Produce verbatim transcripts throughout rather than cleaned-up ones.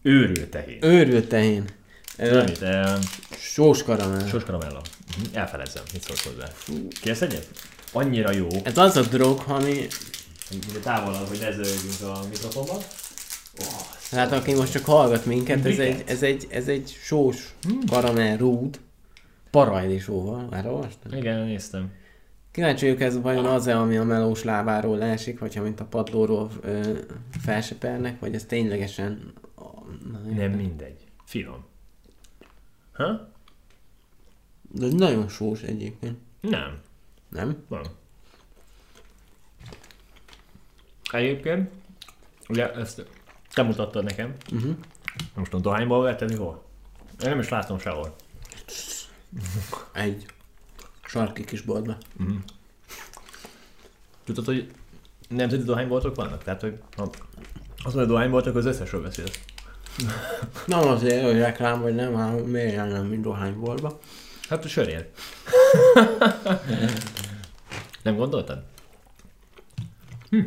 Őrült tehén. Őrült tehén. Amit, uh, Sós karamell. Sós karamella. Uh-huh. Elfelezzem, mit szólsz hozzá. Kérsz egyet? Annyira jó. Ez az a drog, ami... Távolabb, hogy ne zörögjünk a mikrofonban. Oh, hát aki most csak hallgat minket, ez egy, ez egy, ez egy sós hmm. karamell rúd. Parajdi sóval, már olvastam? Igen, néztem. Kíváncsi vagyok, ez vajon az-e, ami a melós lábáról leesik, vagy amit a padlóról ö, felsepernek, vagy ez ténylegesen... Na, nem mindegy. Finom. Ha? De nagyon sós egyébként. Nem. Nem? Van. Egyébként, ugye ezt te mutattad nekem. Uh-huh. Most a dohányból vetted, hol? Én nem is látom sehol. Egy sarki kis boltba. Uh-huh. Tudod, hogy nemzeti dohányboltok vannak? Tehát, hogy ha az a dohányboltok, az összesről beszélsz. Nem azért, hogy reklám, vagy nem, hanem miért nem, mint dohányboltba. Hát a sörért. Nem gondoltad? Hm.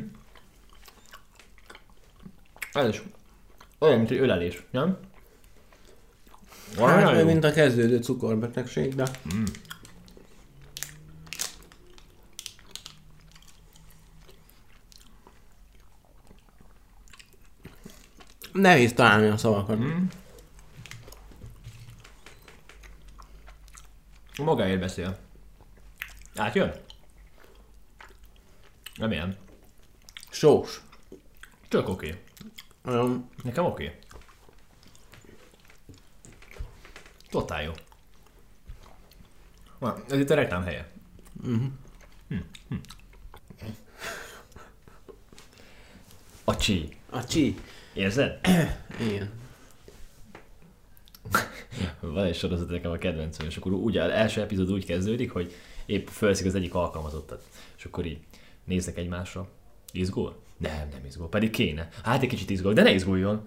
Ez is olyan, mint egy ölelés, nem? Hát, vagy mint a kezdődő cukorbetegség, de... Mm. Nehéz találni a szavakat. Mm. Magáért beszél. Átjön? Remélem. Sós. Tök oké. Okay. Um, Nekem oké. Okay. Totál jó. Na, ez itt a reklám helye. Uh-huh. Hm. Hm. A csí. A csí. Érzed? Igen. Van egy sorozat nekem a kedvencem, és akkor úgy, az első epizód úgy kezdődik, hogy épp felszik az egyik alkalmazottat, és akkor így néznek egymásra. Izgul? Nem, nem izgul, pedig kéne. Hát egy kicsit izgul, de ne izguljon.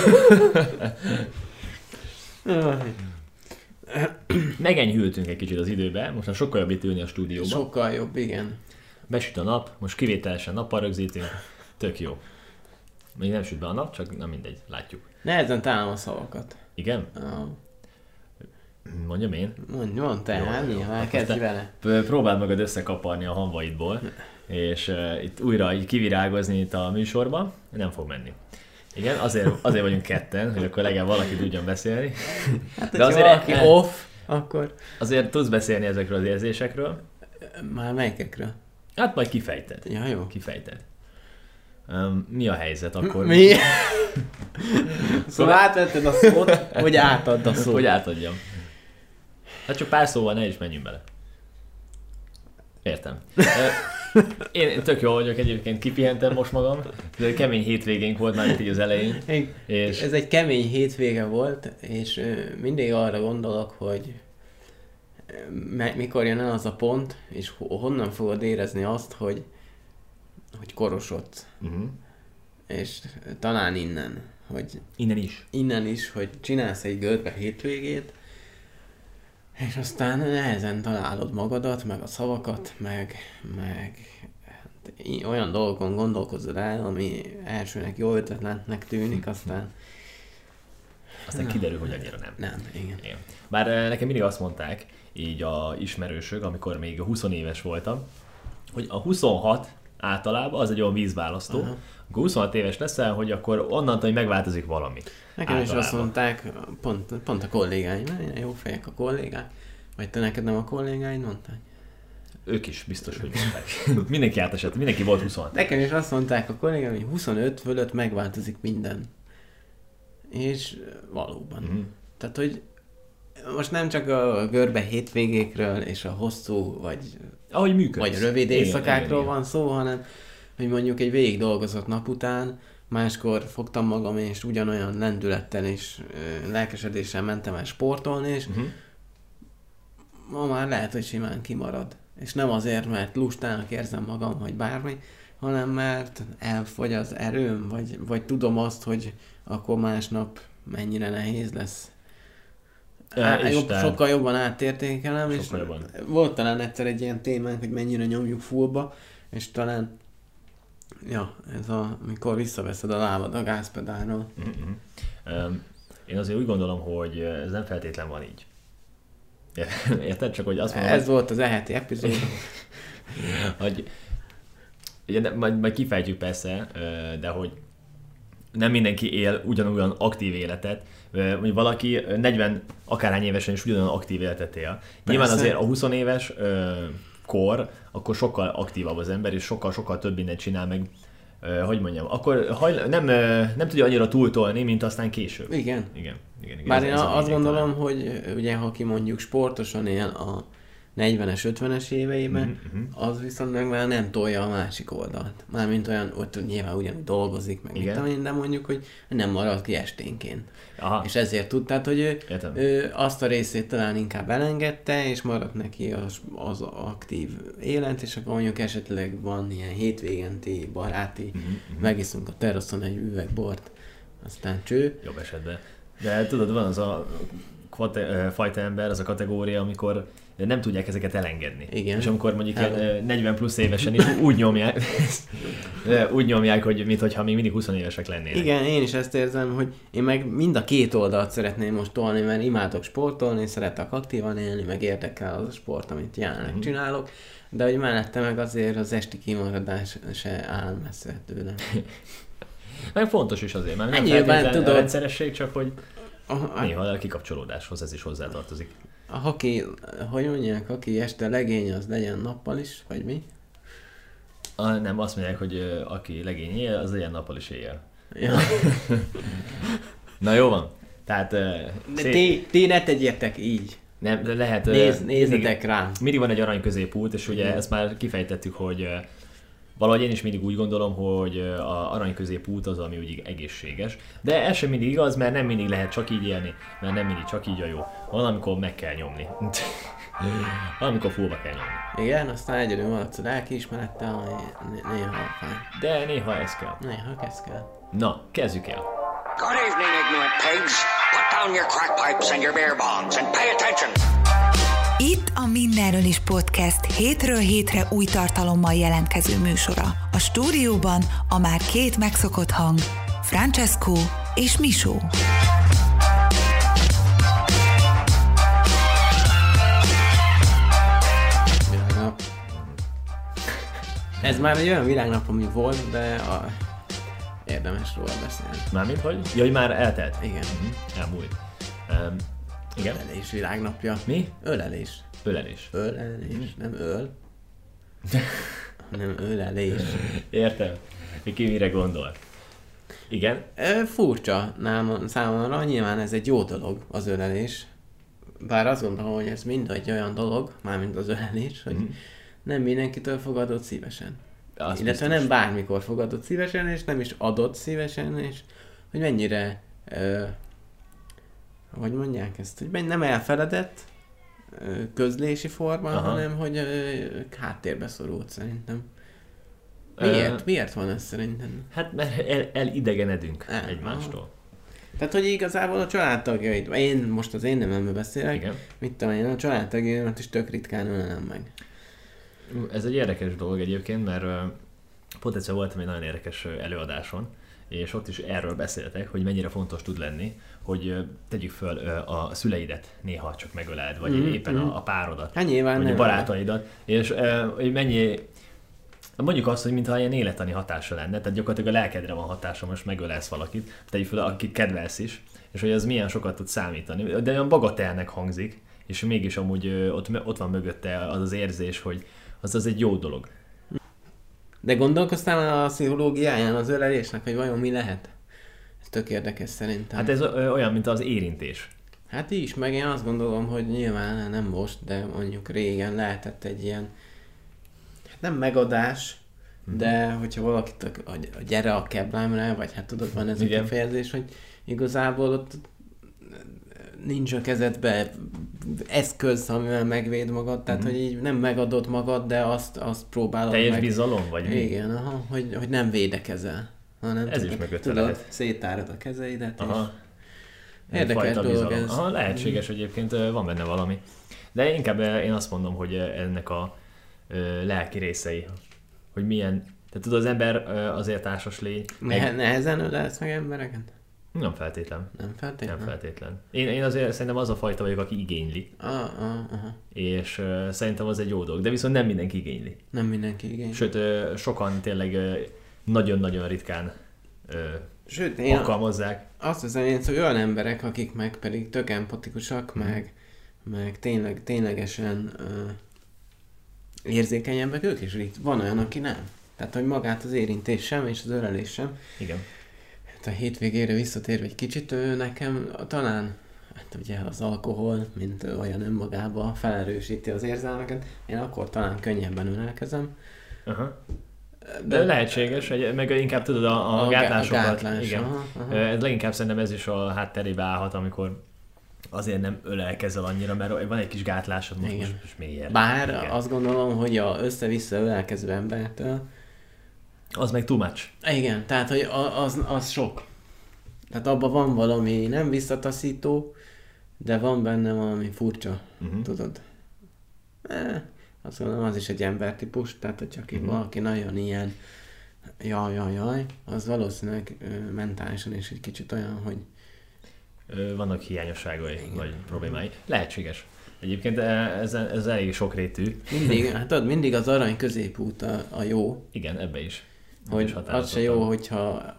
Megenyhültünk egy kicsit az időbe, most már sokkal jobb itt ülni a stúdióban. Sokkal jobb, igen. Besüt a nap, most kivételesen nappal rögzítünk, tök jó. Még nem süt be a nap, csak nem mindegy, látjuk. Nehezen találom a szavakat. Igen? Uh. Mondjam én? Mondj, mondd te, hát nyilván, kezdj vele. Próbáld magad összekaparni a hamvaidból, és uh, itt újra így kivirágozni itt a műsorban, nem fog menni. Igen, azért, azért vagyunk ketten, hogy akkor legalább valaki tudjon beszélni. Hát, de azért valaki el... off, akkor... Azért tudsz beszélni ezekről az érzésekről. Már melyikekről? Hát majd kifejted. Ja, jó. Kifejted. Um, mi a helyzet akkor? Mi? Szóval átvetted a szót, hogy átadd a szót. Hogy átadjam. Hát csak pár szóval ne is menjünk bele. Értem. Én tök jól vagyok egyébként, kipihentem most magam. Ez egy kemény hétvégénk volt már itt így az elején. És... Ez egy kemény hétvége volt, és mindig arra gondolok, hogy mikor jön el az a pont, és honnan fogod érezni azt, hogy, hogy korosodsz. Uh-huh. És talán innen. Hogy innen is. Innen is, hogy csinálsz egy görbe hétvégét, és aztán nehezen találod magadat, meg a szavakat, meg, meg hát, olyan dolgokon gondolkozol el, ami elsőnek jó ötletnek tűnik, aztán... Aztán kiderül, hogy annyira nem. Nem, igen. igen. Bár nekem mindig azt mondták, így a ismerősök, amikor még húsz éves voltam, hogy a huszonhat általában az egy olyan vízválasztó, uh-huh. Akkor huszonhat éves leszel, hogy akkor onnantól, hogy megváltozik valami. Nekem általában. Is azt mondták, pont, pont a kollégáim, nagyon jó fejek a kollégák, vagy te neked nem a kollégáid mondták? Ők is biztos, hogy mondták. Mindenki átesett, mindenki volt huszonhat. Nekem is azt mondták a kollégáim, hogy huszonöt fölött megváltozik minden. És valóban. Uh-huh. Tehát, hogy most nem csak a görbe hétvégékről és a hosszú, vagy, ahogy működsz. Vagy rövid éjszakákról igen, van igen. szó, hanem hogy mondjuk egy végig dolgozott nap után máskor fogtam magam, és ugyanolyan lendülettel és lelkesedéssel mentem el sportolni, és uh-huh. ma már lehet, hogy simán kimarad. És nem azért, mert lustának érzem magam, vagy bármi, hanem mert elfogy az erőm, vagy, vagy tudom azt, hogy akkor másnap mennyire nehéz lesz. Á, jobb, sokkal jobban átértékelem, sokkal és jobban. Volt talán egyszer egy ilyen témánk, hogy mennyire nyomjuk fullba, és talán Ja, ez a, mikor visszaveszed a lábad a gázpedálról. Mm-hmm. Um, én azért úgy gondolom, hogy ez nem feltétlen van így. Érted? Csak hogy azt mondom, ez hogy... volt az eheti epizód. hogy, ugye, majd, majd kifejtjük persze, de hogy nem mindenki él ugyanolyan aktív életet, hogy valaki negyven akárhány évesen is ugyanolyan aktív életet él. Persze. Nyilván azért a húsz éves kor, akkor sokkal aktívabb az ember, és sokkal-sokkal több mindent csinál meg, hogy mondjam, akkor hajl- nem, nem tudja annyira túltolni, mint aztán később. Igen. Igen. igen, igen Bár ez, én ez azt gondolom, talán. hogy ugye, ha ki mondjuk sportosan él a negyvenes, ötvenes éveiben, mm-hmm. az viszont meg már nem tolja a másik oldalt. Mármint olyan, ott nyilván ugyanúgy dolgozik, meg mit tudom én, de mondjuk, hogy nem marad ki esténként. Aha. És ezért tudtad, hogy ő, ő azt a részét talán inkább elengedte, és maradt neki az, az aktív élet, és akkor mondjuk esetleg van ilyen hétvégenti, baráti, mm-hmm. megiszunk a teraszon egy üveg bort, aztán cső. Jobb esetben. De tudod, van az a kvate, fajta ember, az a kategória, amikor nem tudják ezeket elengedni. Igen. És amikor mondjuk negyven plusz évesen is úgy nyomják, úgy nyomják, hogy mintha még mindig húsz évesek lennének. Igen, én is ezt érzem, hogy én meg mind a két oldalt szeretném most tolni, mert imádok sportolni, szeretek aktívan élni, meg érdekel az a sport, amit jelenleg mm-hmm. csinálok, de hogy mellette meg azért az esti kimaradás se áll messze tőlem. Meg fontos is azért, mert nem feltétlenül a rendszeresség, csak hogy a, néha a kikapcsolódáshoz ez is hozzátartozik. A haki, hogy mondják, aki este legény, az legyen nappal is, vagy mi? A, nem, azt mondják, hogy uh, aki legény él, az legyen nappal is éjjel. Ja. Na jó van. Tehát... Uh, de szép... ti, ti ne tegyétek így. Nem, de lehet... Nézz, uh, nézzetek mindig, rám. Mindig van egy arany középút, és ugye ezt már kifejtettük, hogy uh, valahogy én is mindig úgy gondolom, hogy a arany középút az, ami úgy egészséges. De ez sem mindig igaz, mert nem mindig lehet csak így élni, mert nem mindig csak így a jó. Valamikor meg kell nyomni. Valamikor fullba kell nyomni. Igen, aztán egyedül maradsz a lelkiismerettel, ami néha fáj. De néha ez kell. Néha ez kell. Na, kezdjük el. Good evening, ignorant pigs. Put down your crack pipes and your beer bongs and pay attention. Itt a Mindenről is podcast hétről hétre új tartalommal jelentkező műsora. A stúdióban a már két megszokott hang, Francesco és Misó. Világnap. Ez már egy olyan világnap, ami volt, de a... érdemes róla beszélni. Mármint hogy? Ja, hogy már eltelt? Igen. Uh-huh. Elmúlt. Um, igen. Ölelés világnapja. Mi? Ölelés. Ölelés. Ölelés, nem öl. hanem ölelés. Értem. Ki mire gondol? Igen? E, furcsa nálam, számomra, nyilván ez egy jó dolog, az ölelés. Bár azt gondolom, hogy ez mind egy olyan dolog, mármint az ölelés, hogy mm. nem mindenkitől fogadott szívesen. Az illetve biztos. Nem bármikor fogadott szívesen, és nem is adott szívesen, és hogy mennyire, ö, hogy mondják ezt, hogy nem elfeledett ö, közlési forma, aha. hanem hogy ö, háttérbe szorult szerintem. Miért? Uh, Miért van ez szerintem? Hát mert el, elidegenedünk el, egymástól. Aha. Tehát, hogy igazából a családtagjait, én most az én nevemről beszélek, igen. Mit tudom én, a családtagjaimat is tök ritkán ölelem meg. Ez egy érdekes dolog egyébként, mert uh, pont egyszer voltam egy nagyon érdekes előadáson, és ott is erről beszéltek, hogy mennyire fontos tud lenni, hogy uh, tegyük föl uh, a szüleidet néha csak megöleld, vagy mm, éppen mm. A, a párodat, hát nyilván vagy nem a barátaidat, és uh, hogy mennyi, mondjuk azt, hogy mintha ilyen élettani hatása lenne, tehát gyakorlatilag a lelkedre van hatása, most megölelsz valakit, tegyük föl, akit kedvelsz is, és hogy az milyen sokat tud számítani, de olyan bagatelnek hangzik, és mégis amúgy uh, ott, ott van mögötte az az érzés, hogy az az egy jó dolog. De gondolkoztál a pszichológiáján az ölelésnek, hogy vajon mi lehet? Ez tök érdekes szerintem. Hát ez olyan, mint az érintés. Hát is, meg én azt gondolom, hogy nyilván nem most, de mondjuk régen lehetett egy ilyen, hát nem megadás, mm-hmm. de hogyha valakit a, a gyere a keblámra, vagy hát tudod, van ez a kifejezés, hogy igazából ott nincs a kezedbe eszköz, amivel megvéd magad, tehát mm-hmm. hogy így nem megadod magad, de azt, azt próbálod teljes meg. Teljes bizalom, vagy mi? Igen, aha, hogy, hogy nem védekezel. Hanem ez tudod, is mögötte tudod, lehet. Széttárod a kezeidet, aha. és érdekes dolog bizalom. Ez. Aha, lehetséges egyébként, van benne valami. De inkább én azt mondom, hogy ennek a lelki részei, hogy milyen, Tehát tudod, az ember azért társas lény. Ne- meg... Nehezen ölelsz meg embereket? Nem feltétlen. Nem feltétlen? Nem feltétlen. Én, én azért szerintem az a fajta vagyok, aki igényli. Ah, ah, aha. És uh, szerintem az egy jó dolog. De viszont nem mindenki igényli. Nem mindenki igényli. Sőt, uh, sokan tényleg uh, nagyon-nagyon ritkán uh, Sőt, én alkalmazzák. Azt hiszem, én szóval olyan emberek, akik meg pedig tök empatikusak, hmm. meg, meg tényleg, ténylegesen uh, érzékenyebbek, ők is rit. Van olyan, aki nem. Tehát, hogy magát az érintés sem, és az ölelés sem. Igen. Hát a hétvégére visszatérve egy kicsit, ő nekem talán, hát ugye az alkohol, mint olyan önmagában felerősíti az érzelmeket, én akkor talán könnyebben ölelkezem. Aha. De, De lehetséges, meg inkább tudod a, a, a gátlásokat. A gátlás, igen. Aha, aha. Ez leginkább szerintem ez is a hátterébe állhat, amikor azért nem ölelkezel annyira, mert van egy kis gátlásod most, most, most miért. Bár igen. Azt gondolom, hogy a össze-vissza ölelkező embertől az meg too much. Igen, tehát hogy az, az sok. Tehát abban van valami nem visszataszító, de van benne valami furcsa, uh-huh. tudod. Eh, azt gondolom, az is egy embertípus, tehát hogy csak uh-huh. valaki nagyon ilyen jaj, jaj, jaj, az valószínűleg ö, mentálisan is egy kicsit olyan, hogy ö, vannak hiányosságai, igen. vagy problémái. Lehetséges. Egyébként ez, ez elég sokrétű. Mindig, hát tudod, mindig az arany középút a, a jó. Igen, ebbe is. Hogy az se jó, hogyha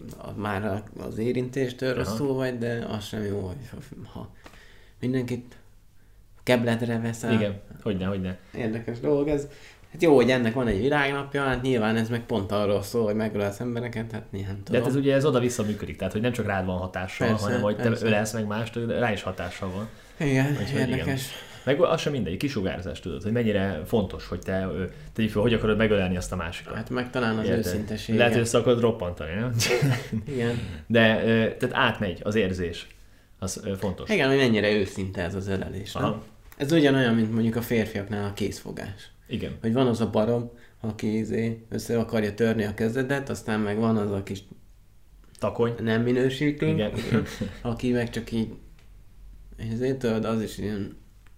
már az érintéstől rosszul vagy, de az sem jó, hogy ha mindenkit kebledre veszel. Igen, hogyne, hogyne. Érdekes dolog ez. Hát jó, hogy ennek van egy világnapja, hát nyilván ez meg pont arról szól, hogy megölelsz embereket, hát néhány tudom. De hát ez ugye ez oda-vissza működik, tehát hogy nem csak rád van hatással, persze, hanem hogy te ölelsz meg mást, rá is hatással van. Igen, úgyhogy érdekes. Igen. Meg az sem mindegy, kisugárzás, tudod, hogy mennyire fontos, hogy te tegyük fel, hogy akarod megölelni azt a másikat. Hát meg talán az őszinteség. Lehet, hogy össze akarod roppantani, nem? Igen. De tehát átmegy az érzés, az fontos. Igen, hogy mennyire őszinte ez az ölelés, nem? Ez ugyanolyan, mint mondjuk a férfiaknál a kézfogás. Igen. Hogy van az a barom, aki össze akarja törni a kezedet, aztán meg van az a kis takony. Nem minősítünk. Igen. Aki meg csak így ezért tudod, az is ilyen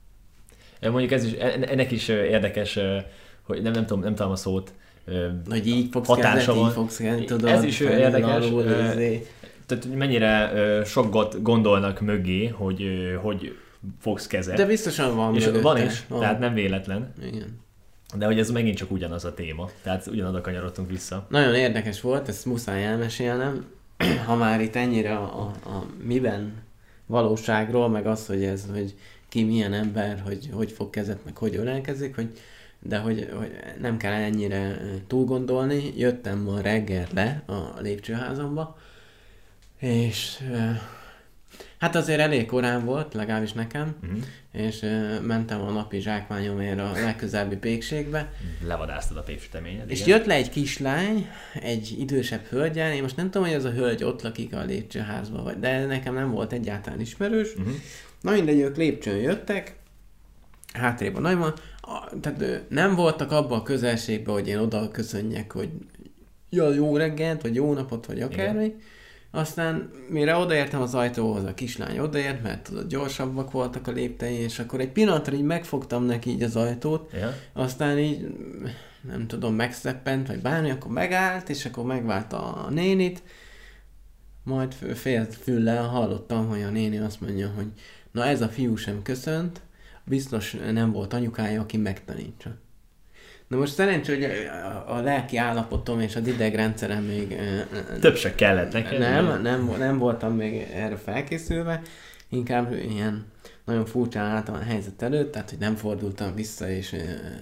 mondjuk ez is, ennek is érdekes, hogy nem, nem, tudom, nem tudom a szót, hogy így fogsz hatása van. Így fogsz kelleni, tudod, ez is érdekes, alul, tehát mennyire sokat gondolnak mögé, hogy hogy fogsz kezet. De biztosan van és mögötte. Van is, van. Tehát nem véletlen. Igen. De hogy ez megint csak ugyanaz a téma, tehát ugyanoda kanyarodtunk vissza. Nagyon érdekes volt, ezt muszáj elmesélnem, ha már itt ennyire a, a, a miben valóságról, meg az, hogy ez, hogy ki milyen ember, hogy hogy fog kezet, meg hogy ölelkezik, hogy, de hogy, hogy nem kell ennyire túl gondolni. Jöttem ma reggel le a lépcsőházamba, és hát azért elég korán volt, legalábbis nekem, uh-huh. és mentem a napi zsákmányomért a legközelebbi pékségbe. Levadáztad a péksüteményed. És jött le egy kislány, egy idősebb hölgyen, én most nem tudom, hogy az a hölgy ott lakik a lépcsőházban, vagy, de nekem nem volt egyáltalán ismerős. Uh-huh. Na mindegy, ők lépcsőn jöttek, hátrébb a nagyma, tehát nem voltak abban a közelségben, hogy én oda köszönjek, hogy ja, jó reggelt, vagy jó napot, vagy akármi. Igen. Aztán mire odaértem az ajtóhoz, a kislány odaért, mert tudod, gyorsabbak voltak a léptei, és akkor egy pillanatra így megfogtam neki így az ajtót, ja. Aztán így, nem tudom, megszeppent, vagy bármi, akkor megállt, és akkor megválta a nénit, majd fél füllel hallottam, hogy a néni azt mondja, hogy na ez a fiú sem köszönt, biztos nem volt anyukája, aki megtanítsa. Na most szerencsé, hogy a, a lelki állapotom és az idegrendszerem még... Több se kellett neked. Nem, nem, nem voltam még erre felkészülve, inkább ilyen nagyon furcsán álltam a helyzet előtt, tehát hogy nem fordultam vissza, és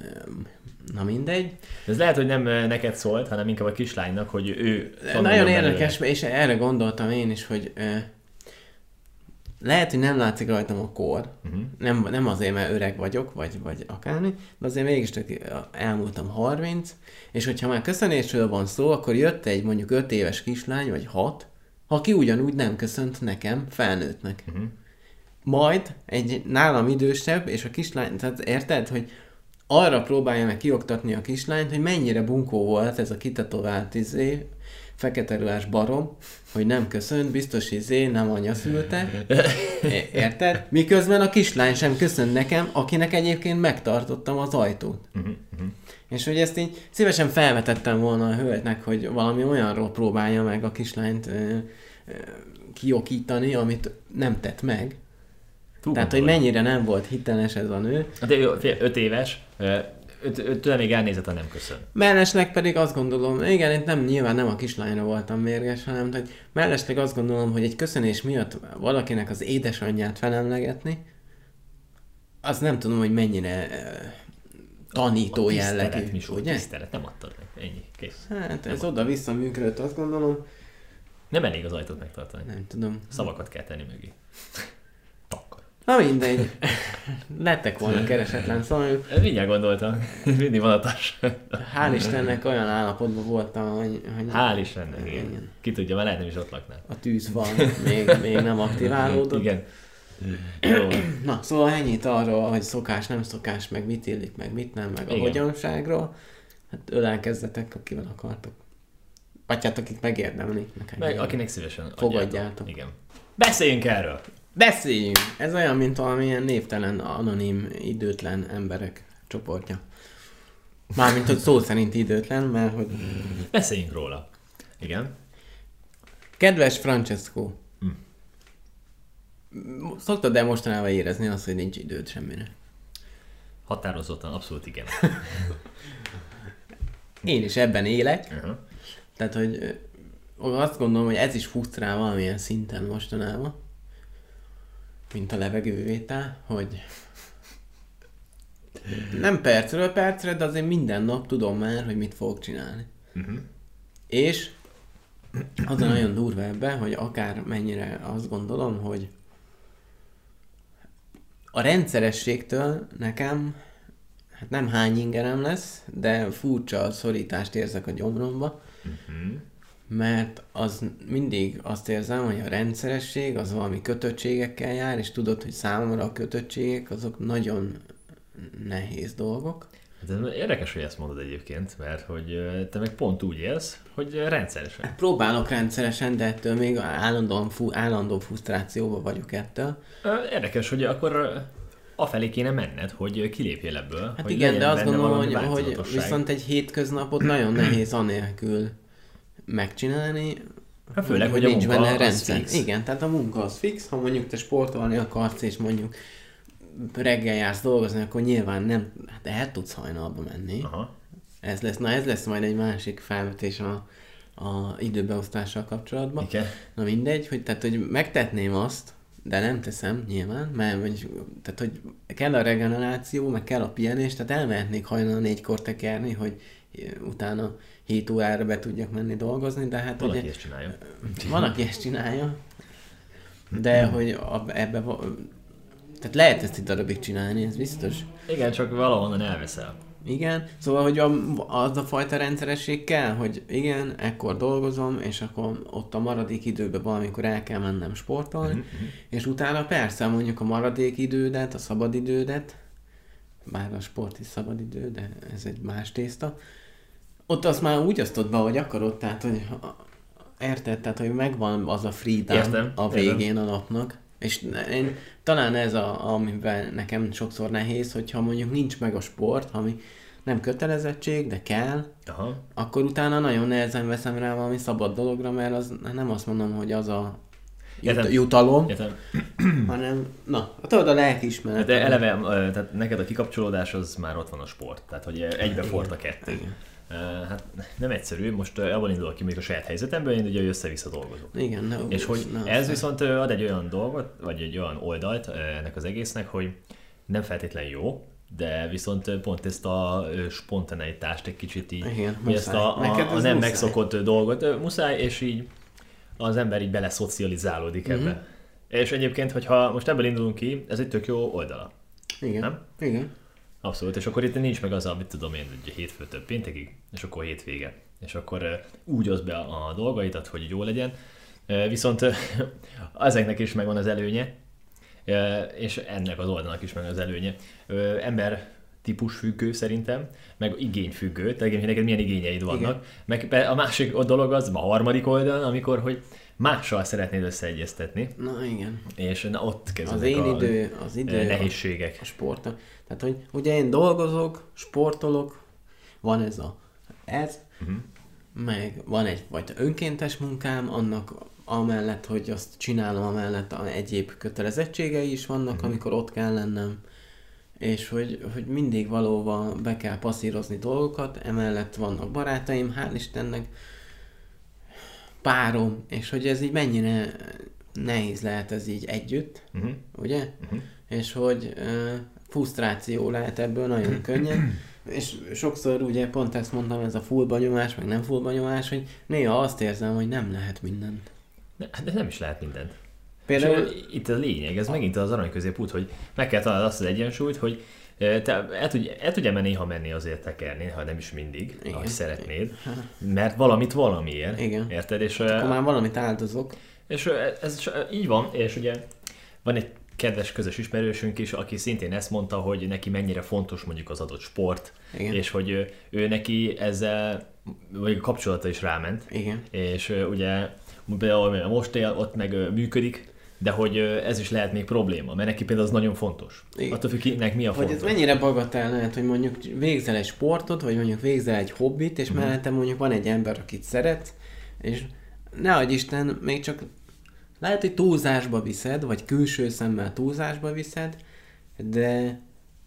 na mindegy. Ez lehet, hogy nem neked szólt, hanem inkább a kislánynak, hogy ő... Nagyon érdekes, belőle. És erre gondoltam én is, hogy lehet, hogy nem látszik rajtam a kor, uh-huh. nem, nem azért, mert öreg vagyok, vagy, vagy akármi, de azért mégis elmúltam harminc, és hogyha már köszönésről van szó, akkor jött egy mondjuk öt éves kislány, vagy hat, aki ugyanúgy nem köszönt nekem, felnőttnek. Uh-huh. Majd egy nálam idősebb, és a kislány, tehát érted, hogy arra próbálja meg kioktatni a kislányt, hogy mennyire bunkó volt ez a kitetovált izé, fekete ruhás barom, hogy nem köszönt, biztos izé, nem anya szülte. Érted? Miközben a kislány sem köszönt nekem, akinek egyébként megtartottam az ajtót. Uh-huh, uh-huh. És hogy ezt így szívesen felvetettem volna a hölgynek, hogy valami olyanról próbálja meg a kislányt ö, ö, kiokítani, amit nem tett meg. Túl Tehát, hogy mennyire nem volt hiteles ez a nő. De ő öt éves, tőle még elnézett, ha nem köszön. Mellesleg pedig azt gondolom, igen, én nem, nyilván nem a kislányra voltam mérges, hanem hogy mellesleg azt gondolom, hogy egy köszönés miatt valakinek az édesanyját felemlegetni, azt nem tudom, hogy mennyire uh, tanító a jellegű. Tisztelet, Misó, ugye? Tisztelet, nem adtad meg. Ennyi, kész. Hát ez oda-vissza működött, azt gondolom. Nem elég az ajtót megtartani. Nem tudom. Szavakat kell tenni mögé. Takkar. Na mindegy. Lettek volna keresetlen szóval. Mindjárt gondoltam. Mindig vonatos. Hál' Istennek olyan állapotban voltam, hogy... hogy Hál' Istennek, igen. igen. Ki tudja, már lehet nem is ott laknál. A tűz van, még, még nem aktiválódott. Igen. Na, szóval ennyit arról, hogy szokás, nem szokás, meg mit illik, meg mit nem, meg a igen. hogyanságról. Hát ölelkezzetek, akivel akartok. Vagy hát akik megérdemlik. Meg, meg akinek szívesen fogadjátok. Igen. Beszéljünk erről! Beszéljünk! Ez olyan, mint valamilyen névtelen, anonim, időtlen emberek csoportja. Mármint, hogy szó szerint időtlen, mert hogy... Beszéljünk róla. Igen. Kedves Francesco, hm. szoktad-e mostanában érezni azt, hogy nincs időd semmire? Határozottan, abszolút igen. Én is ebben élek. Uh-huh. Tehát, hogy azt gondolom, hogy ez is frusztrál valamilyen szinten mostanában, mint a levegővétel, hogy nem percről percre, de azért minden nap tudom már, hogy mit fogok csinálni. Uh-huh. És az a nagyon durva ebben, hogy akár mennyire azt gondolom, hogy a rendszerességtől nekem hát nem hány ingerem lesz, de furcsa szorítást érzek a gyomromba, uh-huh. mert az mindig azt érzem, hogy a rendszeresség az valami kötöttségekkel jár, és tudod, hogy számomra a kötöttségek azok nagyon nehéz dolgok. De érdekes, hogy ezt mondod egyébként, mert hogy te meg pont úgy élsz, hogy rendszeresen. Hát próbálok rendszeresen, de ettől még állandóan fu- állandó frusztrációban vagyok ettől. Érdekes, hogy akkor afelé kéne menned, hogy kilépjél ebből. Hát igen, de azt gondolom, hogy, hogy viszont egy hétköznapot nagyon nehéz anélkül megcsinálni, hát főleg, hogy, hogy a nincs munka benne rendszer. Fix. Igen, tehát a munka az fix, ha mondjuk te sportolni akarsz, és mondjuk reggel jársz dolgozni, akkor nyilván nem, hát el tudsz hajnalba menni. Aha. Ez lesz, na ez lesz majd egy másik felvetés a, a időbeosztással kapcsolatban. Igen. Na mindegy, hogy, tehát, hogy megtetném azt, de nem teszem nyilván, mert hogy, tehát, hogy kell a regeneráció, meg kell a pihenés, tehát elmehetnék hajnal négykor tekerni, hogy utána hét órára be tudjak menni dolgozni, de hát van, ugye... aki ezt csinálja. Van, aki ezt csinálja, de hogy ebbe... Tehát lehet ezt egy darabig csinálni, ez biztos. Igen, csak valahonnan elveszel. Igen, szóval, hogy a, az a fajta rendszeresség kell, hogy igen, ekkor dolgozom, és akkor ott a maradék időben valamikor el kell mennem sportolni, mm-hmm. és utána persze mondjuk a maradék idődet, a szabadidődet, bár a sport is szabadidő, de ez egy más tészta, ott azt már úgy osztod be, hogy akarod, tehát, hogy érted, tehát, hogy megvan az a free time Értem. a végén Értem. a napnak. És én, talán ez a, amiben nekem sokszor nehéz, hogyha mondjuk nincs meg a sport, ami nem kötelezettség, de kell, Aha. akkor utána nagyon nehezen veszem rá valami szabad dologra, mert az nem azt mondom, hogy az a jut- jutalom, Értem. hanem, na, tudod a lelkiismeret. De eleve, tehát neked a kikapcsolódás az már ott van a sport, tehát hogy egybe fort a kettő. Igen. Hát nem egyszerű, most abban indulok ki még a saját helyzetemből, én ugye össze-vissza dolgozok. Igen, ne És hogy ne ez viszont ad egy olyan dolgot, vagy egy olyan oldalt ennek az egésznek, hogy nem feltétlen jó, de viszont pont ezt a spontaneitást egy kicsit így, Igen, ezt a, a, a nem muszáj. megszokott dolgot muszáj, és így az ember így beleszocializálódik mm-hmm. ebbe. És egyébként, hogyha most ebből indulunk ki, ez egy tök jó oldala. Igen, nem? Igen. Abszolút, és akkor itt nincs meg az, amit tudom én, hogy hétfőtől péntekig, és akkor hétvége. És akkor úgy osz be a dolgaidat, hogy jó legyen. Viszont ezeknek is megvan az előnye, és ennek az oldalnak is megvan az előnye. Ember típus függő szerintem, meg igényfüggő, tehát hogy neked milyen igényeid vannak. Igen. Meg a másik dolog az, a harmadik oldalon, amikor, hogy mással szeretnéd összeegyeztetni. Na igen. És na, ott kezdődik az én idő, az idő, nehézségek. A, a sport. Tehát, hogy ugye én dolgozok, sportolok, van ez a ez, uh-huh. meg van egyfajta önkéntes munkám, annak amellett, hogy azt csinálom, amellett egyéb kötelezettségei is vannak, uh-huh. amikor ott kell lennem, és hogy, hogy mindig valóban be kell passzírozni dolgokat, emellett vannak barátaim, hál' Istennek, párom, és hogy ez így mennyire nehéz lehet ez így együtt, uh-huh. ugye? Uh-huh. És hogy uh, frusztráció lehet ebből nagyon könnyen, és sokszor ugye pont ezt mondtam, ez a fullbanyomás, meg nem fullbanyomás, hogy néha azt érzem, hogy nem lehet mindent. De, de nem is lehet mindent. Például... itt a lényeg, ez megint az arany középút, hogy meg kell találni azt az egyensúlyt, hogy te el, tudj, el tudja menni, ha menni azért tekerni, ha nem is mindig, igen, ahogy szeretnéd, mert valamit valamiért, igen. Érted? És akkor már valamit áldozok. És ez így van, és ugye van egy kedves közös ismerősünk is, aki szintén ezt mondta, hogy neki mennyire fontos mondjuk az adott sport, igen. és hogy ő, ő neki ezzel, vagy a kapcsolata is ráment, igen. és ugye most él, ott meg működik, de hogy ez is lehet még probléma, mert neki például az nagyon fontos. Igen. Attól függ, kinek mi a fontos. Vagy ez mennyire bagatell lehet, hogy mondjuk végzel egy sportot, vagy mondjuk végzel egy hobbit, és uh-huh. mellette mondjuk van egy ember, akit szeret, és ne adj Isten, még csak lehet, hogy túlzásba viszed, vagy külső szemmel túlzásba viszed, de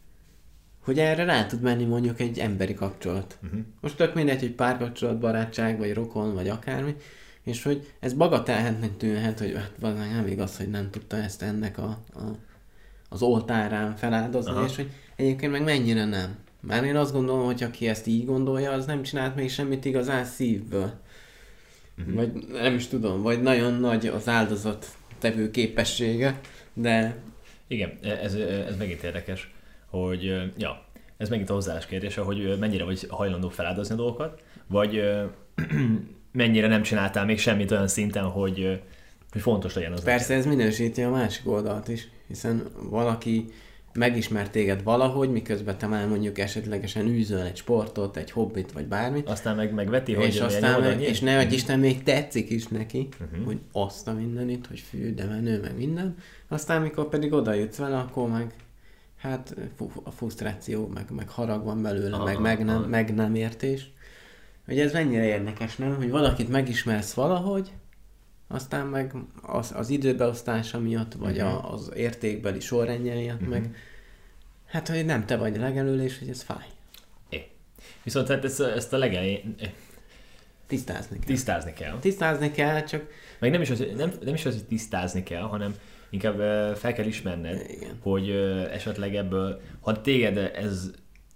hogy erre rá tud menni mondjuk egy emberi kapcsolat. Uh-huh. Most tök mindegy, hogy párkapcsolat, barátság, vagy rokon, vagy akármi, és hogy ez bagatellhetnek tűnhet, hogy hát nem igaz, hogy nem tudta ezt ennek a, a, az oltárán feláldozni, aha. és hogy egyébként meg mennyire nem. Már én azt gondolom, hogy aki ezt így gondolja, az nem csinált még semmit igazán szívből. Uh-huh. Vagy nem is tudom, vagy nagyon nagy az áldozat tevő képessége, de... Igen, ez, ez megint érdekes, hogy ja, ez megint a hozzáállás kérdése, hogy mennyire vagy hajlandó feláldozni a dolgokat, vagy mennyire nem csináltál még semmit olyan szinten, hogy, hogy fontos legyen az. Persze ez minősíti a másik oldalt is, hiszen valaki megismert téged valahogy, miközben te már mondjuk esetlegesen űzöl egy sportot, egy hobbit, vagy bármit. Aztán meg megveti, hogy és aztán meg, és ne adj Isten, még tetszik is neki, uh-huh. hogy azt a mindenit, hogy fű, de menő, meg minden. Aztán, mikor pedig oda jutsz vele, akkor meg hát a frusztráció, meg, meg harag van belőle, ah, meg, meg, nem, ah. meg nem értés. Hogy ez mennyire érdekes, nem? Hogy valakit megismersz valahogy, aztán meg az, az időbeosztása miatt, vagy uh-huh. a, az értékbeli sorrendje miatt, uh-huh. meg hát, hogy nem te vagy legelől, és hogy ez fáj. É. Viszont hát ezt, ezt a legelején... Tisztázni kell. Tisztázni kell. Tisztázni kell, csak... Meg nem is az, nem, nem is az, hogy tisztázni kell, hanem inkább fel kell ismerned, igen. hogy esetleg ebből, ha téged ez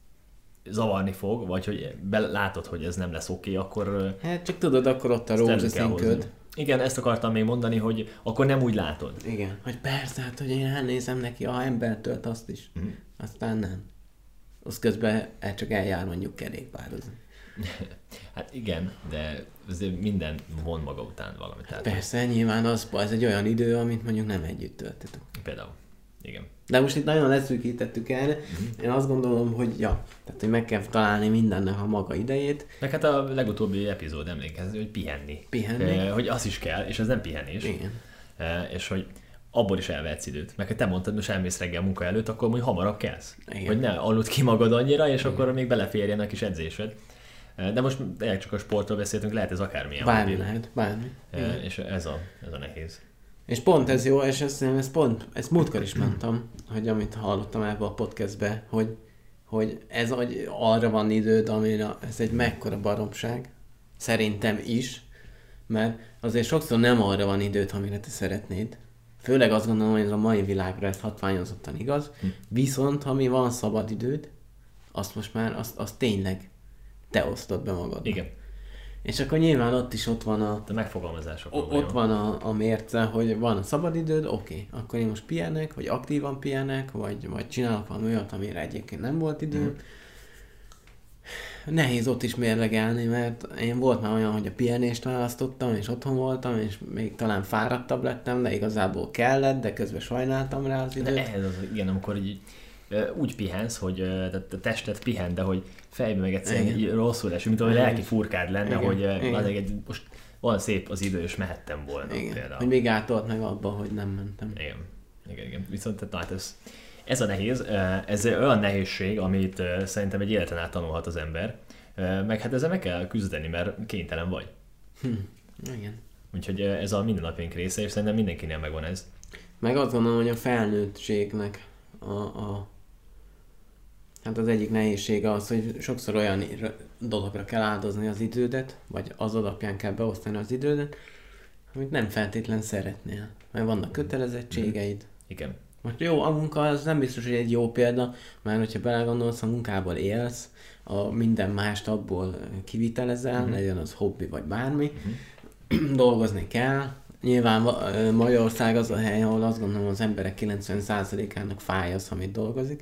zavarni fog, vagy hogy látod, hogy ez nem lesz oké, akkor... Hát csak tudod, akkor ott a rózsaszín köd. Igen, ezt akartam még mondani, hogy akkor nem úgy látod. Igen, hogy persze, hát, hogy én elnézem neki, a embertől azt is. Mm. Aztán nem. Az közben el csak eljár mondjuk kerékpározni. Hát igen, de azért minden von maga után valamit. Hát persze, nyilván az, az egy olyan idő, amit mondjuk nem együtt töltetek. Például. Igen. De most itt nagyon leszűkítettük el. Mm-hmm. Én azt gondolom, hogy ja, tehát hogy meg kell találni mindennek a maga idejét. Meg hát a legutóbbi epizód emlékezz, hogy pihenni. Pihenni. Eh, hogy az is kell, és ez nem pihenés. Igen. Eh, és hogy abból is elvehetsz időt. Meg ha te mondtad, most elmész reggel munka előtt, akkor mondjuk hamarabb kelsz. Igen. Hogy ne aludd ki magad annyira, és igen. akkor még beleférjen a kis edzésed. Eh, de most tényleg csak a sportról beszéltünk, lehet ez akármilyen. Bármi módon. Lehet, bármi. Eh, és ez a, ez a nehéz. És pont ez jó, és ezt, ezt pont, ezt múltkor is mondtam, hogy amit hallottam ebbe a podcastbe, hogy, hogy ez hogy arra van időd, amire ez egy mekkora baromság, szerintem is, mert azért sokszor nem arra van időd, amire te szeretnéd. Főleg azt gondolom, hogy ez a mai világra ez hatványozottan igaz, hm. viszont ha mi van szabad időd, azt most már, azt, azt tényleg te osztod be magadnak. Igen. És akkor nyilván ott is ott van a... A megfogalmazások. Ott van a, a mérce, hogy van a szabadidőd, oké, okay, akkor én most pihenek, vagy aktívan pihenek, vagy, vagy csinálok valami olyat, amire egyébként nem volt idő. Mm. Nehéz ott is mérlegelni, mert én volt már olyan, hogy a pihenést választottam, és otthon voltam, és még talán fáradtabb lettem, de igazából kellett, de közben sajnáltam rá az időt. De ez az, igen, amikor így úgy pihensz, hogy a testet pihen, de hogy fejben meg egyszerűen rosszul esik, mint ahogy lelki furkád lenne, igen. hogy igen. azért egy, most van szép az idő, és mehettem volna. Igen. Például. Hogy még átolt meg abban, hogy nem mentem. Igen, igen, igen. Viszont na, hát ez, ez a nehéz, ez olyan nehézség, amit szerintem egy életen át tanulhat az ember, meg hát ezzel meg kell küzdeni, mert kénytelen vagy. Hm. Igen. Úgyhogy ez a mindennapjaink része, és szerintem mindenkinél megvan ez. Meg azt gondolom, hogy a felnőttségnek a, a hát az egyik nehézsége az, hogy sokszor olyan dologra kell áldozni az idődet, vagy az alapján kell beosztani az idődet, amit nem feltétlen szeretnél. Mert vannak kötelezettségeid. Igen. Most jó, a munka az nem biztos, hogy egy jó példa, mert hogyha belegondolsz, a munkából élsz, a minden mást abból kivitelezel, uh-huh. legyen az hobbi vagy bármi, uh-huh. dolgozni kell. Nyilván Magyarország az a hely, ahol azt gondolom az emberek kilencven százalékának fáj az, amit dolgozik.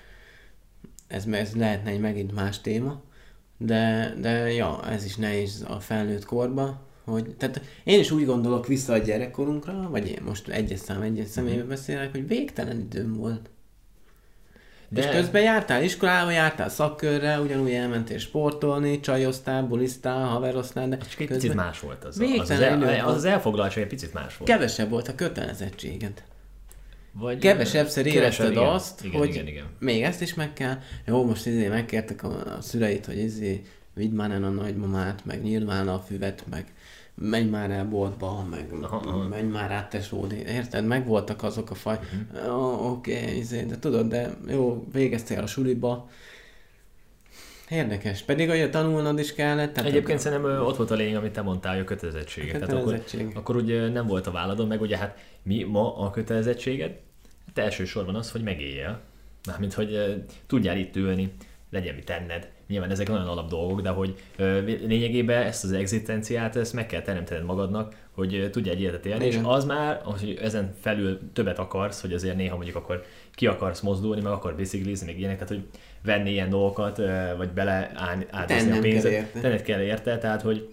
Ez, ez lehetne egy megint más téma, de, de ja, ez is nehéz a felnőtt korban, hogy, tehát én is úgy gondolok vissza a gyerekkorunkra, vagy én most egyes szám, egyes személyben beszélek, hogy végtelen időm volt. De... És közben jártál iskolába, jártál szakkörre, ugyanúgy elmentél sportolni, csajoztál, bulisztál, haveroztál, de csak egy közben... picit más volt az. Az az, el, az, az elfoglaltság egy picit más volt. Kevesebb volt a kötelezettséged. Vagy kevesebbszer érezted igen, azt, igen, hogy igen, igen. még ezt is meg kell. Jó, most izé megkértek a, a szüleit, hogy izé vidd már el a nagymamát, meg nyilván a füvet, meg menj már el boltba, meg aha, aha. menj már át tesód. Érted? Megvoltak azok a faj. Uh-huh. Oh, oké, okay, izé, de tudod, de jó, végeztél a suliba. Érdekes. Pedig olyan tanulnod is kellett. Tehát egyébként a... szerintem ott volt a lényeg, amit te mondtál, hogy a kötelezettséget. Kötelezettség. Tehát akkor, akkor ugye nem volt a válladon, meg ugye hát mi ma a kötelezettséged? Hát elsősorban az, hogy megéljél. Mármint, hogy uh, tudjál itt ülni, legyen mit tenned. Nyilván ezek olyan alap dolgok, de hogy uh, lényegében ezt az egzisztenciát ezt meg kell teremtened magadnak, hogy uh, tudjál egy életet élni, igen. És az már, hogy ezen felül többet akarsz, hogy azért néha mondjuk akkor ki akarsz mozdulni, meg akar biciklizni, meg ilyenek, tehát hogy venni ilyen dolgokat, uh, vagy bele áldozni a pénzet. Tenned kell érte, tehát hogy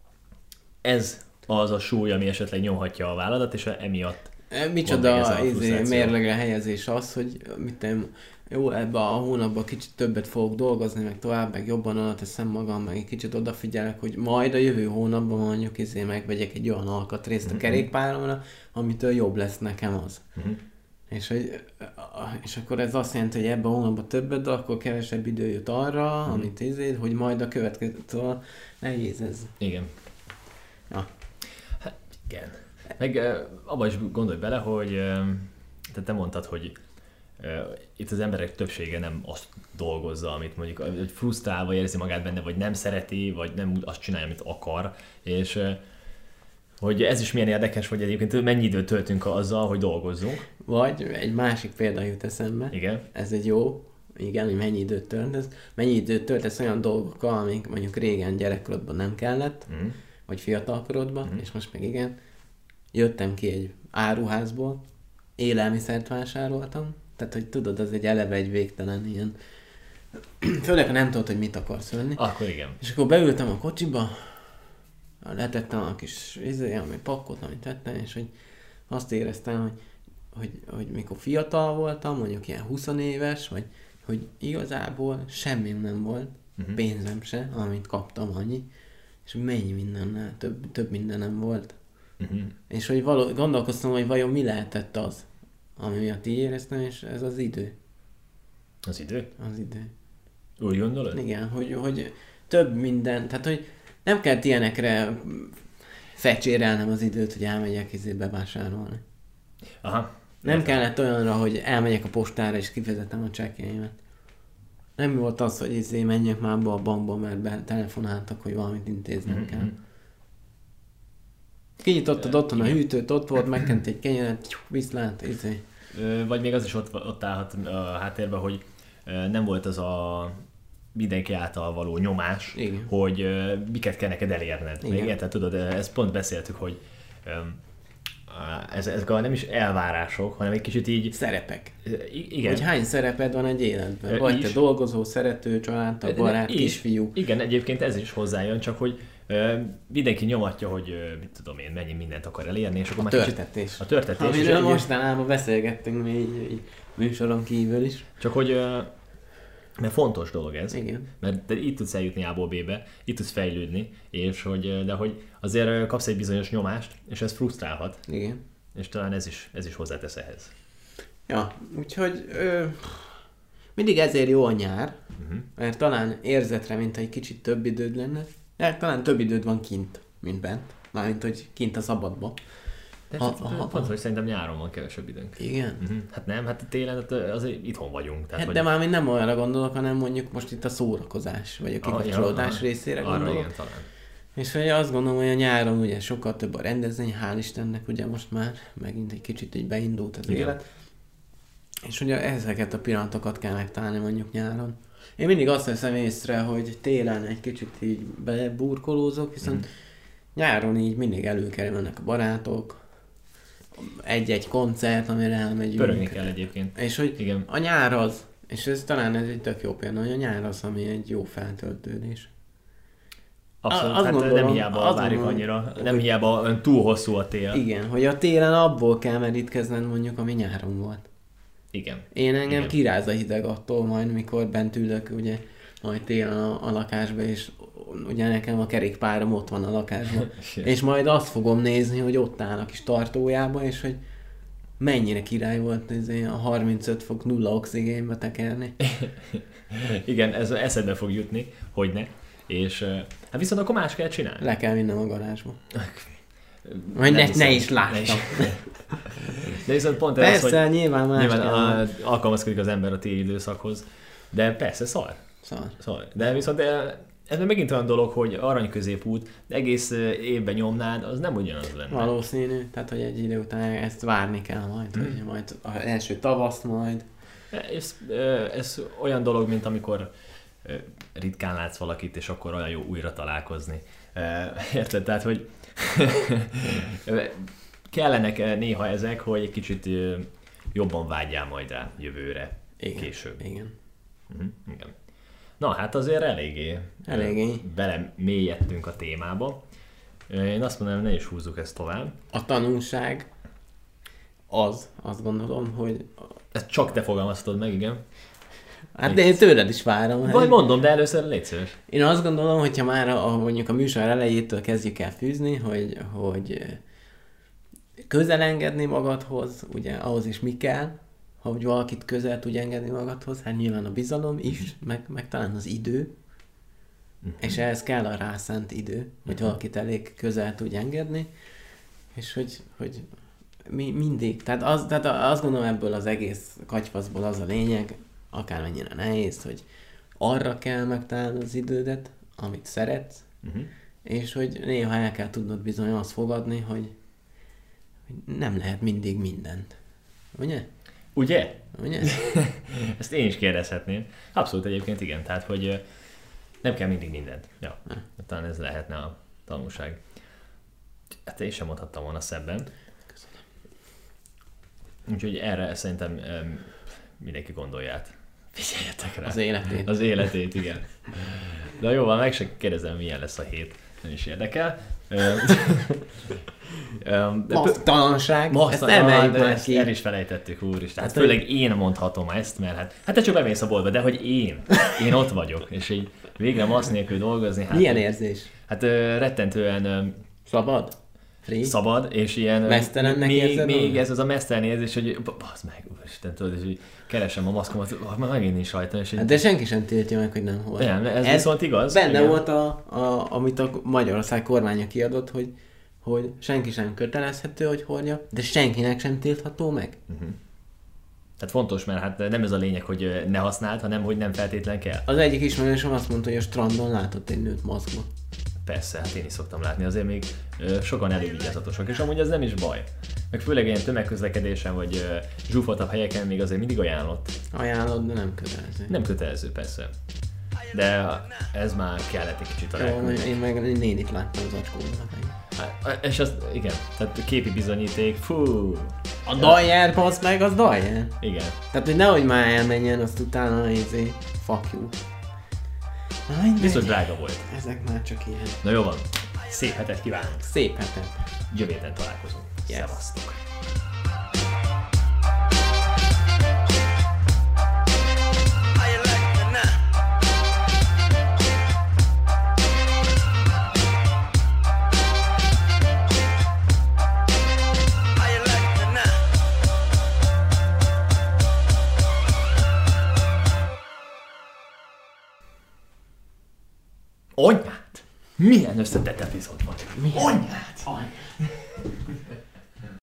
ez az a súly, ami esetleg nyomhatja a válladat, és emiatt micsoda izé, mérlegre helyezés az, hogy mit nem, jó, ebben a hónapban kicsit többet fogok dolgozni, meg tovább, meg jobban oda teszem magam, meg egy kicsit odafigyelek, hogy majd a jövő hónapban mondjuk izé megvegyek egy olyan alkatrészt a kerékpáromra, amitől jobb lesz nekem az. Uh-huh. És, hogy, és akkor ez azt jelenti, hogy ebben a hónapban többet, de akkor kevesebb idő jut arra, uh-huh. amit izé, hogy majd a következő, szóval nehéz ez. Igen. Ja. Hát igen. Meg uh, abban is gondolj bele, hogy uh, te, te mondtad, hogy uh, itt az emberek többsége nem azt dolgozza, amit mondjuk hogy frusztrálva érzi magát benne, vagy nem szereti, vagy nem azt csinálja, amit akar, és uh, hogy ez is milyen érdekes, hogy egyébként mennyi időt töltünk azzal, hogy dolgozzunk. Vagy egy másik példa jut eszembe. Igen. Ez egy jó, igen, hogy mennyi időt töltesz. Mennyi időt töltesz olyan dolgokkal, amik mondjuk régen gyerekkorodban nem kellett, mm. vagy fiatalkorodban, mm. és most meg igen. Jöttem ki egy áruházból, élelmiszert vásároltam, tehát hogy tudod, az egy eleve egy végtelen ilyen, főleg ha nem tudod, hogy mit akarsz venni. Akkor igen. És akkor beültem a kocsiba, letettem a kis izé, ami pakkot, amit tettem, és hogy azt éreztem, hogy, hogy, hogy mikor fiatal voltam, mondjuk ilyen húsz éves, vagy hogy igazából semmi nem volt, uh-huh. pénzem se, amit kaptam annyi, és mennyi mindennel, több, több mindenem volt. Uh-huh. És hogy való, gondolkoztam, hogy vajon mi lehetett az, ami miatt így éreztem, és ez az idő. Az idő? Az idő. Úgy gondolod? Igen, hogy, hogy több minden, tehát hogy nem kellett ilyenekre fecsérelnem az időt, hogy elmegyek izé bevásárolni. Aha. Nem értem. Kellett olyanra, hogy elmegyek a postára és kifizetem a csekkjeimet. Nem volt az, hogy izé menjek már be a bankba, mert telefonáltak, hogy valamit intéznem mm-hmm. kell. Kinyitottad otthon a hűtőt, ott volt, megkent egy kenyeret, viszlát, izé. Vagy még az is ott, ott állhat a háttérben, hogy nem volt az a mindenki által való nyomás, igen. hogy uh, miket kell neked elérned. Igen. Igen, tehát tudod, ezt pont beszéltük, hogy um, ez, ezek a nem is elvárások, hanem egy kicsit így... Szerepek. Igen. Hogy hány szereped van egy életben. Vagy is. Te dolgozó, szerető, családtag, barát, kisfiú. Igen, egyébként ez is hozzájön, csak hogy mindenki nyomatja, hogy mit tudom én, mennyi mindent akar elérni, és akkor a már törtetés. Kicsit, a törtetés. Amiről mostanában beszélgettünk még így műsoron kívül is. Csak hogy, mert fontos dolog ez, igen. mert te itt tudsz eljutni A-ból B-be, itt tudsz fejlődni, és hogy, de hogy azért kapsz egy bizonyos nyomást, és ez frusztrálhat. Igen. És talán ez is, ez is hozzátesz ehhez. Ja, úgyhogy ö, mindig ezért jó a nyár, uh-huh. mert talán érzetre, mint egy kicsit több időd lenne, de talán több időd van kint, mint bent. Mármint, hogy kint a szabadba. De ha, ha, ha, pont, hogy szerintem nyáron van kevesebb időnk. Igen? Uh-huh. Hát nem, hát télen hát azért itthon vagyunk. Tehát, hát hogy... de már még nem olyanra gondolok, hanem mondjuk most itt a szórakozás, vagy a kikapcsolódás ah, részére arra gondolok. Igen, talán. És hogy azt gondolom, hogy a nyáron ugye sokkal több a rendezvény, hál' Istennek ugye most már megint egy kicsit így beindult az igen. élet. És ugye ezeket a pillanatokat kell megtalálni mondjuk nyáron. Én mindig azt veszem észre, hogy télen egy kicsit így beburkolózok, viszont mm. nyáron így mindig előkerülnek a barátok, egy-egy koncert, amire elmegyünk. Pörögni kell egyébként. És hogy igen. a nyár az, és ez talán ez egy tök jó példa, hogy a nyár az, ami egy jó feltöltődés. Abszolút, hát gondolom, nem hiába várjuk annyira, nem hogy... hiába túl hosszú a tél. Igen, hogy a télen abból kell merítkezned mondjuk, ami nyáron volt. Igen. Én engem igen. kiráz a hideg attól majd, mikor bent ülök ugye majd télen a, a lakásba, és ugye nekem a kerékpárom ott van a lakásban. És majd azt fogom nézni, hogy ott áll a kis tartójába, és hogy mennyire király volt a harmincöt fok nulla oxigénbe tekerni. Igen, ez eszedbe fog jutni, hogy ne. És hát viszont akkor más kell csinálni. Le kell vinnem a garázsba. Vagy ne, ne is láttam. De viszont pont ez persze, az, hogy nyilván más nyilván kell. A, alkalmazkodik az ember a téli időszakhoz. De persze, szar. Szar. szar. De viszont de, ez megint olyan dolog, hogy arany középút, egész évben nyomnád, az nem ugyanaz lenne. Valószínű. Tehát, hogy egy idő után ezt várni kell majd. Hmm. Hogy majd az első tavaszt majd. Ez, ez olyan dolog, mint amikor ritkán látsz valakit, és akkor olyan jó újra találkozni. Érted? Tehát, hogy kellenek néha ezek, hogy egy kicsit jobban vágyjál majd rá jövőre, igen, később. Igen. Uh-huh, igen. Na, hát azért eléggé, eléggé. bele mélyedtünk a témába. Én azt mondom, ne is húzzuk ezt tovább. A tanulság az, azt gondolom, hogy... Ezt csak te fogalmaztad meg, igen. Hát de én tőled is várom. Vagy mondom, de először légy szíves. Én azt gondolom, hogyha már a, mondjuk a műsor elejétől kezdjük el fűzni, hogy, hogy közel engedni magadhoz, ugye ahhoz is mi kell, hogy valakit közel tudj engedni magadhoz, hát nyilván a bizalom is, meg, meg talán az idő, uh-huh. és ehhez kell a rászánt idő, hogy uh-huh. valakit elég közel tudj engedni, és hogy, hogy mi mindig, tehát, az, tehát azt gondolom ebből az egész katyfaszból az a lényeg, akármennyire nehéz, hogy arra kell megtalálni az idődet, amit szeretsz, uh-huh. és hogy néha el kell tudnod bizony azt fogadni, hogy, hogy nem lehet mindig mindent. Ugye? Ugye? Ugye? Ezt én is kérdezhetném. Abszolút egyébként igen, tehát hogy nem kell mindig mindent. Ja, ha. Talán ez lehetne a tanulság. Hát én sem mondhattam volna szebben. Köszönöm. Úgyhogy erre szerintem mindenki gondolja át. Figyeljetek rá. Az életét. Az életét, igen. De jó, van, meg se kérdezem, milyen lesz a hét. Nem is érdekel. Masztalanság. Ezt emeljük már ki. El is felejtettük, úristen. Hát főleg én mondhatom ezt, mert hát, hát te csak bemész a boltba, de hogy én, én ott vagyok, és így végre masz nélkül dolgozni. Hát, milyen érzés? Hát rettentően... Szabad? Free? Szabad, és ilyen... Mesztelennek még, érzed? Még ez az a mesztelen érzés, hogy bazd meg, úristen, tudod, és így keresem a maszkomat, már megint nincs rajta. És így... hát de senki sem tiltja meg, hogy nem hol. Nem, ez, ez viszont igaz. Benne igen. volt, a, a, amit a Magyarország kormánya kiadott, hogy, hogy senki sem kötelezhető, hogy hordja, de senkinek sem tiltható meg. Uh-huh. Tehát fontos, mert hát nem ez a lényeg, hogy ne használd, hanem hogy nem feltétlen kell. Az egyik ismerősöm azt mondta, hogy a strandon látott egy nőt maszkban. Persze, hát én is szoktam látni, azért még ö, sokan elővigyázatosak, és amúgy ez nem is baj. Meg főleg ilyen tömegközlekedésen, vagy ö, zsúfoltabb helyeken még azért mindig ajánlott. Ajánlott, de nem kötelező. Nem kötelező, persze. De ez már kellett egy kicsit a lelkünknek. Én meg nénit láttam az acskóban. Hát, és az, igen, tehát képi bizonyíték, fú. A Dajjár, passz meg, az Dajjár. Igen. Tehát, hogy nehogy már elmenjen, azt utána izé, fuck you. Biztos drága volt. Ezek már csak ilyen. Na jó van. Szép hetet kívánok. Szép hetet. Jövő héten találkozunk. Yes. Szevasztok. Anyát! Milyen összetett epizód van? Milyen? Anyát! Anyát!